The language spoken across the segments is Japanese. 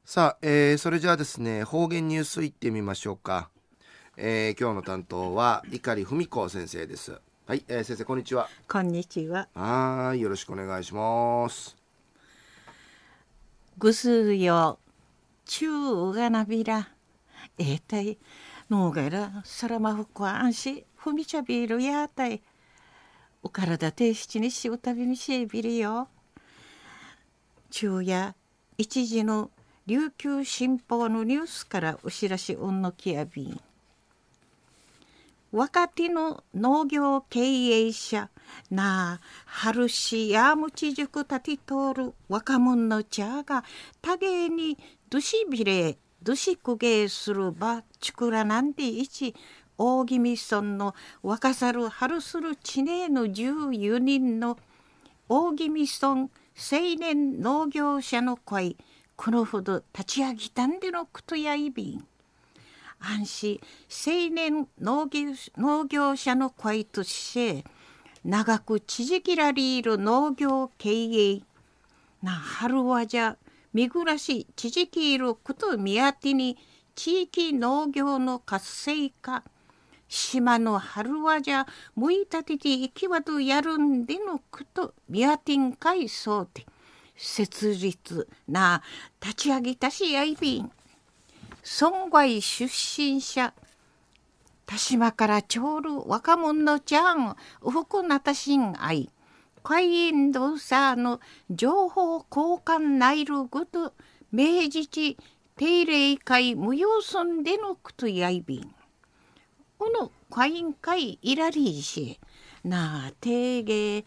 さあ、それじゃあですね、方言ニュースいってみましょうか。今日の担当は碇文子先生です。はい、先生こんにちは。 こんにちは。 はい、よろしくお願いします。 ぐすよ、ちゅうがなびら。たい、のがら、さらまふこあんし、ふみちゃびるやたい。お体てしちにしうたびみしびるよ。昼夜、一時の琉球新報のニュースからお知らしうんのきやびん。若手の農業経営者な春市やむち塾立て通る若者の茶が多芸にどしびれどしくげするばちくらなんでいち大宜味村の若さる春する地名の14人の大宜味村青年農業者の会このほど立ち上げたんでのことやいびん。安心青年農業者の会として長く続きられる農業経営な春はじゃ見暮らし続きること目当てに地域農業の活性化島の春はじゃむいたてていきわとやるんでのこと目当てんかいそうで設立な立ち上げたしやいびん村外出身者田島からちょうる若者のちゃんうふくなたしんあい会員同さの情報交換ないるごと明治地定例会無用村でのくとやいびんこの会員会いらりしなあ定芸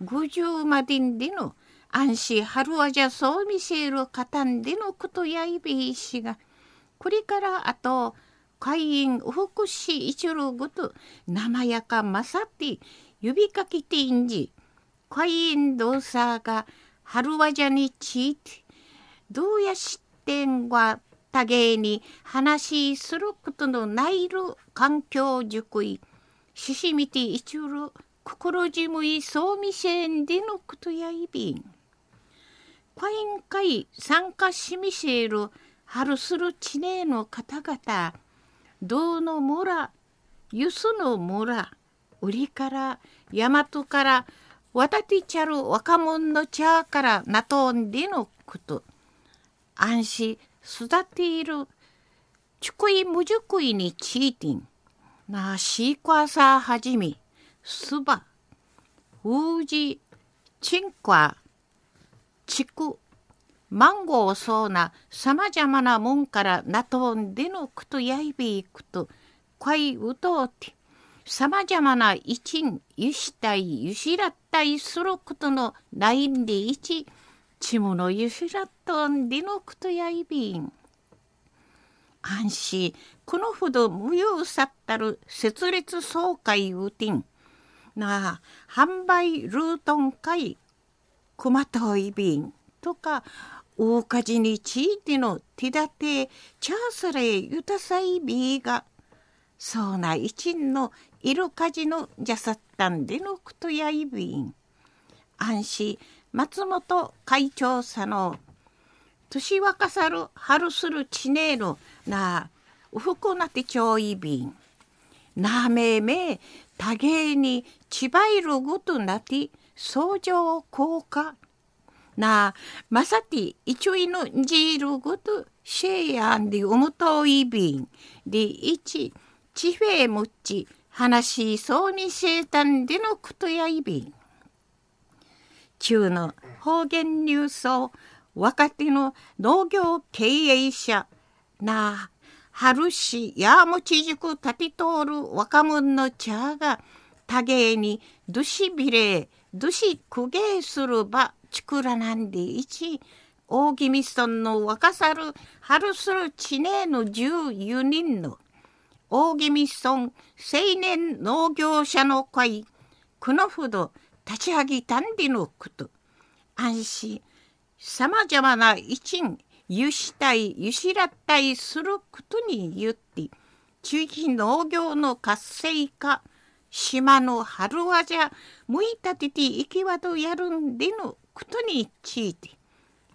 50までんでの安心春はじゃそう見せる方んでのことやいびいしがこれからあと会員福祉一路ごと生やかまさって指かけていんじ会員同さが春わじゃについてどうやしってんは多芸に話することのないる環境塾いししみて一路心じむいそうみせんでのことやいびん会員会参加しみせる春する地名の方々道の村ゆすの村売りから大和から渡ってちゃる若者の茶からなとんでのこと安心育っているちくいむじゅくいにちいてんなシークワーサーはじめすばううじちんこわちくマンゴーそうなさまざまなもんからなとんでのくとやいびいくとかいうとうてさまざまな一んゆしたいゆしらったいすることのないんでいちちむのゆしらっとんでのくとやいびん安心このほど無用さったる設立総会うてんなあ販売ルートン会くまといびんとか大火事についての手立てチャーサレユタサイビーがそうな一んのいる火事のじゃさったんでのくとやいびん安心松本会長さの年若さる春するちねえのなうふくなてちょいびんなめめ多芸にちばいるごとなて相乗効果なまさて一応のじるごとシェアンでおむといびんで一ちフェむち話しそうにせえたんでのことやいびん中の方言ニュースを若手の農業経営者な春市やもちじく立て通る若者の茶が多芸にどしびれどしくげするばちくらなんでいち大宜味村の若さる春する地名の14人の大宜味村青年農業者の会このほど立ち上げたんでのこと安心さまざまな一んゆしたいゆしらったいすることによって地域農業の活性化島の春はじゃむいたてていきわとやるんでのことについて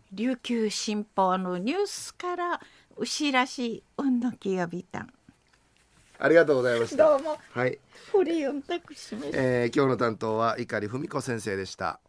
琉球新報のニュースから牛らしうんのきやびたん。 ありがとうございました。 どうも。 はい。 フリーンタクシメ。 今日の担当は碇文子先生でした。